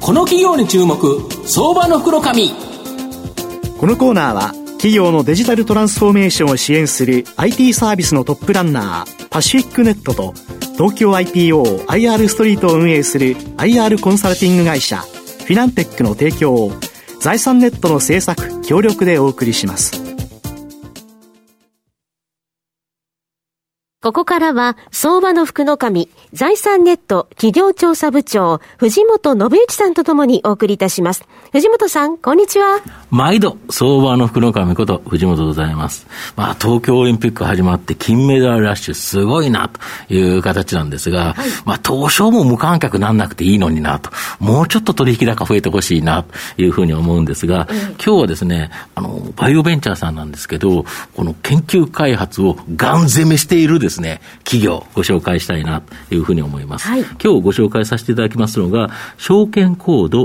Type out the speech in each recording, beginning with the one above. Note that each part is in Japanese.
この企業に注目、相場の福の神。 このコーナーは企業のデジタルトランスフォーメーションを支援する IT サービスのトップランナーパシフィックネットと、東京 IPO IR ストリートを運営する IR コンサルティング会社フィナンテックの提供を財産ネットの制作協力でお送りします。 ここからは相場の福の神、財産ネット企業調査部長藤本信之さんとともにお送りいたします。藤本さん、こんにちは。 毎度相場の福の神こと藤本でございます。東京オリンピック始まって金メダルラッシュすごいなという形なんですが、東証も無観客なんなくていいのになと、もうちょっと取引高増えてほしいなというふうに思うんですが、今日はですね、バイオベンチャーさんなんですけど、この研究開発をガン攻めしているですね、企業をご紹介したいなというふうに思います。今日ご紹介させていただきますのが、証券コード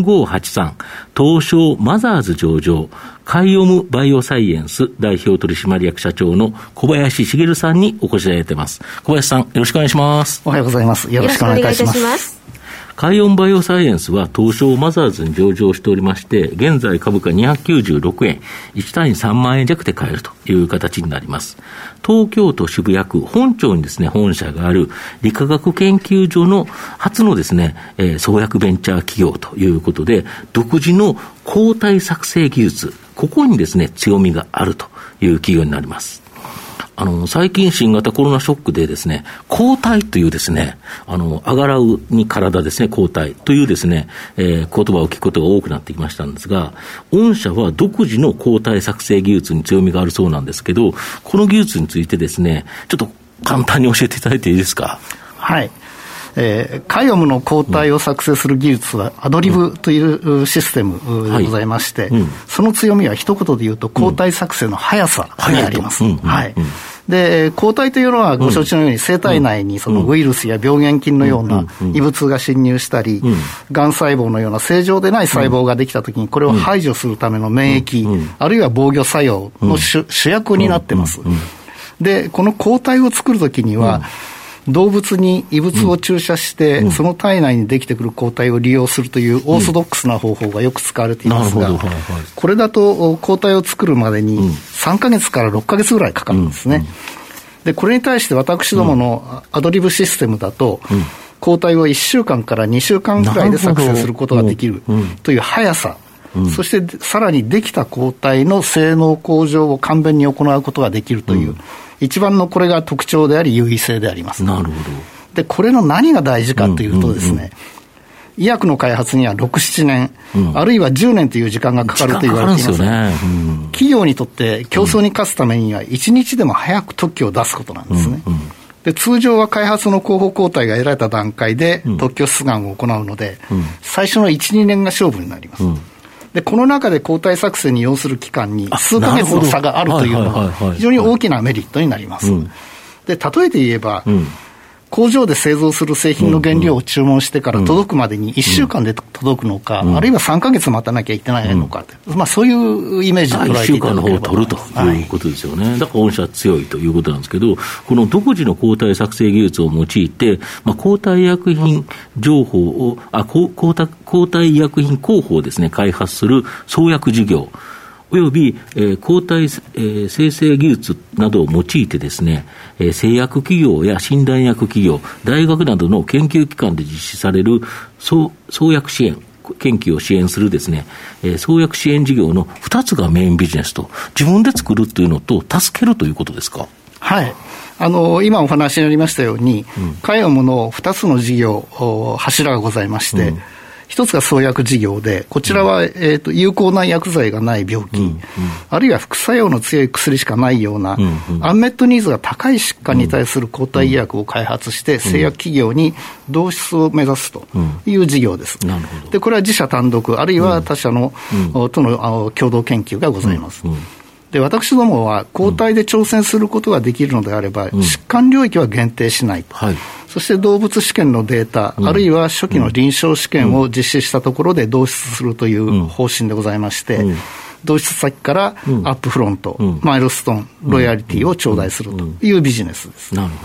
4583東証マザーズ上場カイオムバイオサイエンス代表取締役社長の小林茂さんにお越しいただいています。小林さん、よろしくお願いします。 おはようございます。よろしくお願いいたします。 カイオンバイオサイエンスは東証マザーズに上場しておりまして、現在株価296円、1単位3万円弱で買えるという形になります。東京都渋谷区本町にですね、本社がある理化学研究所の初のですね、創薬ベンチャー企業ということで、独自の抗体作成技術、ここにですね、強みがあるという企業になります。最近新型コロナショックでですね、抗体というですね、あがらうに体ですね、抗体というですね、言葉を聞くことが多くなってきましたんですが、御社は独自の抗体作成技術に強みがあるそうなんですけど、この技術についてですね、ちょっと簡単に教えていただいていいですか。 はい。カイオムの抗体を作成する技術はアドリブというシステムでございまして、その強みは一言で言うと抗体作成の速さにあります。で、抗体というのはご承知のように生体内にそのウイルスや病原菌のような異物が侵入したり、がん細胞のような正常でない細胞ができたときにこれを排除するための免疫、あるいは防御作用の主役になってます。で、この抗体を作るときには、動物に異物を注射して、その体内にできてくる抗体を利用するというオーソドックスな方法がよく使われていますが、これだと抗体を作るまでに3ヶ月から6ヶ月ぐらいかかるんですね。で、これに対して私どものアドリブシステムだと、抗体を1週間から2週間くらいで作成することができるという速さ、そしてさらにできた抗体の性能向上を簡便に行うことができるという、一番のこれが特徴であり優位性であります。 なるほど。 で、これの何が大事かというとですね、医薬の開発には6、7年、あるいは10年という時間がかかると言われています。企業にとって競争に勝つためには1日でも早く特許を出すことなんですね。で、通常は開発の候補抗体が得られた段階で特許出願を行うので、最初の1、2年が勝負になります。で、この中で抗体作成に要する期間に数ヶ月の差があるというのは非常に大きなメリットになります。で、例えて言えば、工場で製造する製品の原料を注文してから届くまでに1週間で届くのか、あるいは3ヶ月待たなきゃいけないのか、そういうイメージで捉えていただければ。1週間の方を取るということですよね。だから御社は強いということなんですけど、この独自の抗体作成技術を用いて、抗体医薬品情報を、抗体医薬品候補をですね、開発する創薬事業、および、抗体、生成技術などを用いてですね、製薬企業や診断薬企業、大学などの研究機関で実施される創薬支援、研究を支援するですね、創薬支援事業の2つがメインビジネスと、自分で作るというのと助けるということですか。はい。今お話にありましたように、カイオムの2つの事業、柱がございまして、一つが創薬事業で、こちらは、有効な薬剤がない病気、あるいは副作用の強い薬しかないような、アンメットニーズが高い疾患に対する抗体医薬を開発して、製薬企業に導出を目指すという事業です。で、これは自社単独、あるいは他社の、との共同研究がございます。で、私どもは抗体で挑戦することができるのであれば、疾患領域は限定しないと。そして動物試験のデータ、あるいは初期の臨床試験を実施したところで導出するという方針でございまして、導出先からアップフロント、マイルストーン、ロイヤリティを頂戴するというビジネスです。 なるほど。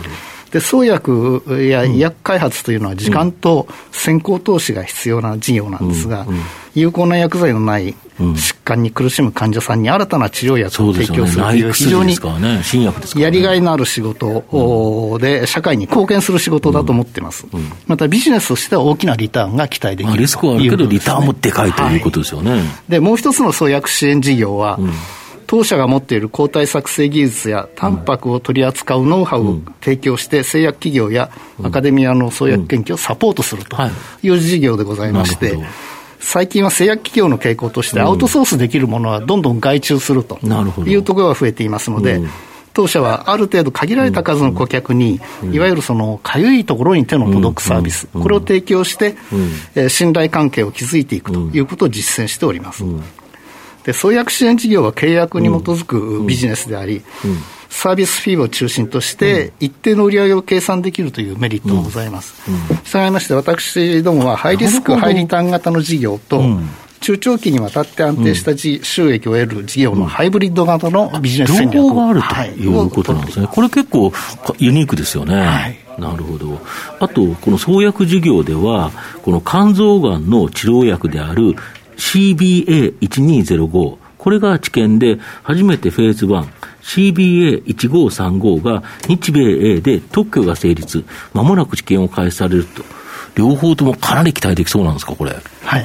で創薬や医薬開発というのは時間と先行投資が必要な事業なんですが、有効な薬剤のない疾患に苦しむ患者さんに新たな治療薬を提供するという非常にやりがいのある仕事で社会に貢献する仕事だと思っています。またビジネスとしては大きなリターンが期待できるということですね。 リスクはあるけどリターンもでかいということですよね。 でもう一つの創薬支援事業は、当社が持っている抗体作成技術やタンパクを取り扱うノウハウを提供して製薬企業やアカデミアの創薬研究をサポートするという事業でございまして、最近は製薬企業の傾向としてアウトソースできるものはどんどん外注するというところが増えていますので、当社はある程度限られた数の顧客に、いわゆるそのかゆいところに手の届くサービス、これを提供して、信頼関係を築いていくということを実践しております。で創薬支援事業は契約に基づくビジネスであり、サービスフィーを中心として一定の売り上げを計算できるというメリットがございます。したがいまして私どもはハイリスクハイリターン型の事業と、中長期にわたって安定した収益を得る事業のハイブリッド型のビジネス戦略両方があるということなんですね。これ結構ユニークですよね。なるほど。あとこの創薬事業ではこの肝臓がんの治療薬であるCBA1205、これが治験で初めてフェーズ1、CBA1535 が日米英で特許が成立、まもなく治験を開始されると、両方ともかなり期待できそうなんですか、これ。 はい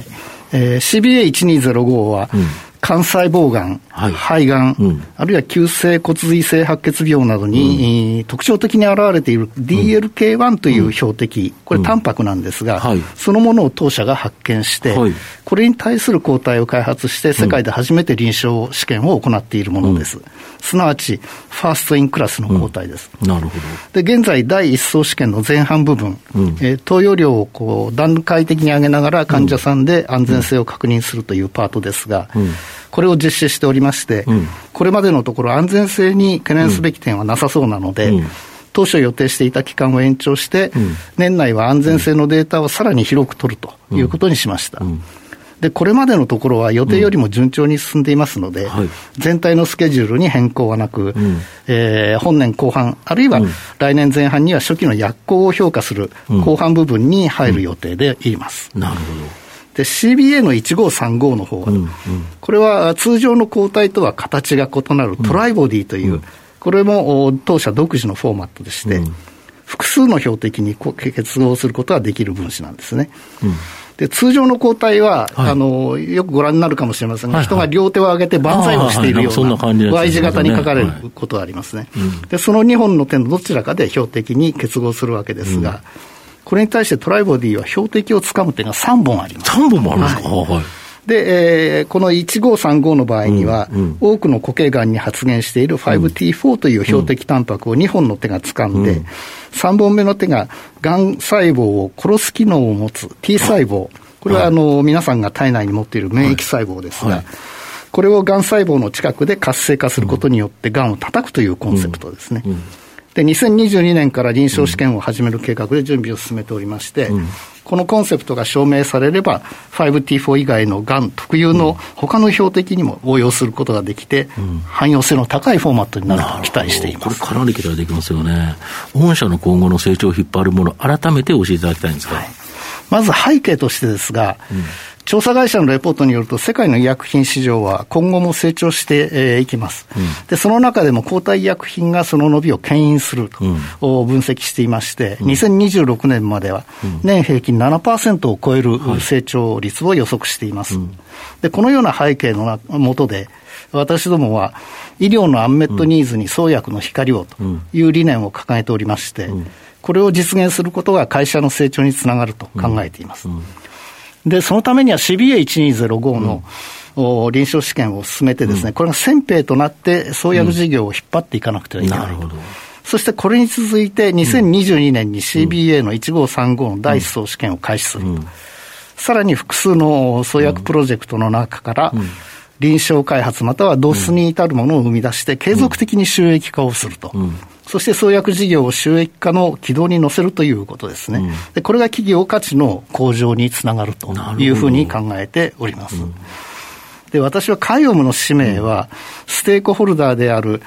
。CBA1205 は、肝細胞がん、肺がん、あるいは急性骨髄性白血病などに、特徴的に現れている DLK1 という標的、これタンパクなんですが、そのものを当社が発見して、これに対する抗体を開発して世界で初めて臨床試験を行っているものです。すなわちファーストインクラスの抗体です。 なるほど。 で現在第一層試験の前半部分、投与量をこう段階的に上げながら患者さんで安全性を確認するというパートですが、これを実施しておりまして、これまでのところ安全性に懸念すべき点はなさそうなので、当初予定していた期間を延長して、年内は安全性のデータをさらに広く取るということにしました。でこれまでのところは予定よりも順調に進んでいますので、全体のスケジュールに変更はなく、本年後半あるいは来年前半には初期の薬効を評価する後半部分に入る予定でいます。 なるほど。 で CBA の1535の方は、これは通常の抗体とは形が異なるトライボディという、これも当社独自のフォーマットでして、複数の標的に結合することができる分子なんですね。で通常の抗体は、よくご覧になるかもしれませんが、人が両手を上げて万歳をしているような Y 字型に書かれることがありますね。でその2本の手のどちらかで標的に結合するわけですが、これに対してトライボディは標的をつかむ点が3本あります。 3本もあるんですか。 で、この1535の場合には、多くの固形がんに発現している 5T4 という標的タンパクを2本の手が掴んで、3本目の手ががん細胞を殺す機能を持つ T 細胞、これは皆さんが体内に持っている免疫細胞ですが、これをがん細胞の近くで活性化することによってがんを叩くというコンセプトですね。で2022年から臨床試験を始める計画で準備を進めておりまして、このコンセプトが証明されれば 5T4 以外のがん特有の他の標的にも応用することができて、汎用性の高いフォーマットになると期待しています。 これかなり期待できますよね。御社の今後の成長を引っ張るもの、改めて教えていただきたいんですか。 まず背景としてですが、調査会社のレポートによると世界の医薬品市場は今後も成長していきます。でその中でも抗体医薬品がその伸びを牽引すると分析していまして、2026年までは年平均 7% を超える成長率を予測しています。でこのような背景の下で私どもは医療のアンメットニーズに創薬の光をという理念を掲げておりまして、これを実現することが会社の成長につながると考えています。でそのためには CBA1205 の、臨床試験を進めてですね、これが先兵となって創薬事業を引っ張っていかなくてはいけない。なるほど。そしてこれに続いて2022年に CBA の1535の第一層試験を開始すると、さらに複数の創薬プロジェクトの中から臨床開発またはドスに至るものを生み出して継続的に収益化をすると、そして創薬事業を収益化の軌道に乗せるということですね。でこれが企業価値の向上につながるというふうに考えております。で私はカイオムの使命はステークホルダーである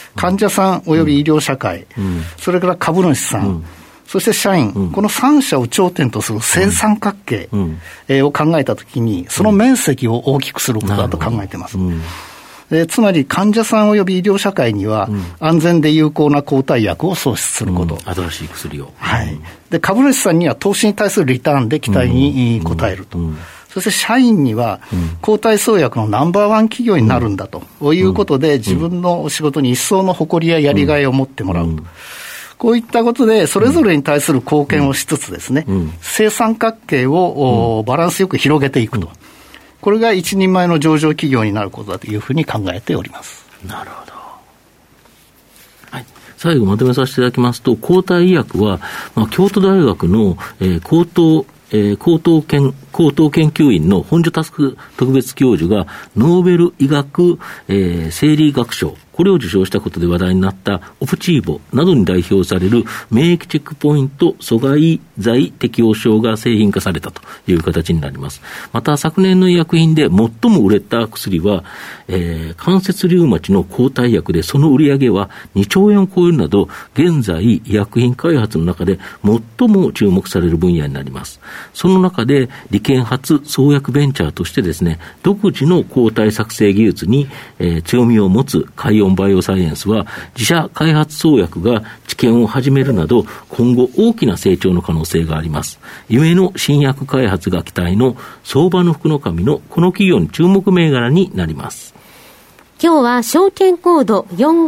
患者さんおよび医療社会、それから株主さん、そして社員、この3者を頂点とする正三角形を考えたときに、その面積を大きくすることだと考えています。つまり患者さんおよび医療社会には安全で有効な抗体薬を創出すること、 新しい薬を、 で株主さんには投資に対するリターンで期待に応えると、そして社員には抗体創薬のナンバーワン企業になるんだということで、自分の仕事に一層の誇りややりがいを持ってもらうと、こういったことでそれぞれに対する貢献をしつつですね、正三角形をバランスよく広げていくと、これが一人前の上場企業になることだというふうに考えております。 なるほど。はい。最後まとめさせていただきますと、抗体医薬は、京都大学の、高等研究員の本庶佑特別教授がノーベル医学、生理学賞、これを受賞したことで話題になったオプチーボなどに代表される免疫チェックポイント阻害剤適応症が製品化されたという形になります。また昨年の医薬品で最も売れた薬は、関節リウマチの抗体薬で、その売り上げは2兆円を超えるなど、現在医薬品開発の中で最も注目される分野になります。その中で理研発創薬ベンチャーとしてですね、独自の抗体作成技術に、強みを持つ海洋バイオサイエンスは、自社開発創薬が治験を始めるなど、今後大きな成長の可能性があります。夢の新薬開発が期待の相場の福の神のこの企業に注目銘柄になります。 今日は証券コード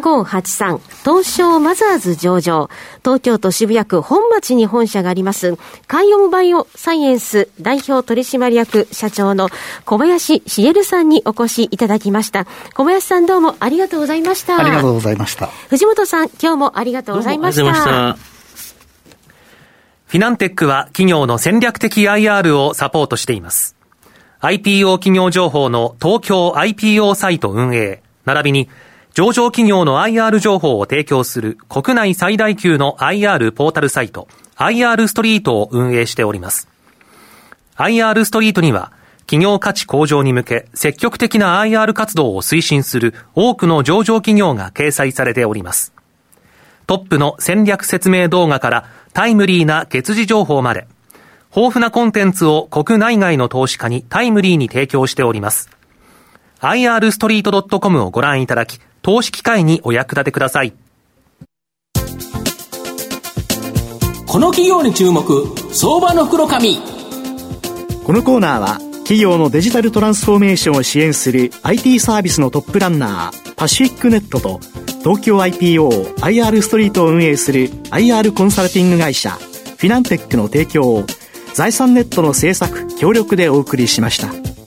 4583東証マザーズ上場、東京都渋谷区本町に本社があります海洋バイオサイエンス代表取締役社長の小林茂さんにお越しいただきました。小林さん、どうもありがとうございました。 ありがとうございました。 藤本さん、今日もありがとうございました。 どうもありがとうございました。 フィナンテックは企業の戦略的 IR をサポートしています。IPO 企業情報の東京 IPO サイト運営、並びに上場企業の IR 情報を提供する国内最大級の IR ポータルサイト IR ストリートを運営しております。IR ストリートには企業価値向上に向け積極的な IR 活動を推進する多くの上場企業が掲載されております。トップの戦略説明動画からタイムリーな月次情報まで、豊富なコンテンツを国内外の投資家にタイムリーに提供しております。irstreet.com をご覧いただき、投資機会にお役立てください。 この企業に注目、相場の福の神。 このコーナーは企業のデジタルトランスフォーメーションを支援する IT サービスのトップランナーパシフィックネットと、東京 IPO IR ストリートを運営する IR コンサルティング会社フィナンテックの提供を財産ネットの制作協力でお送りしました。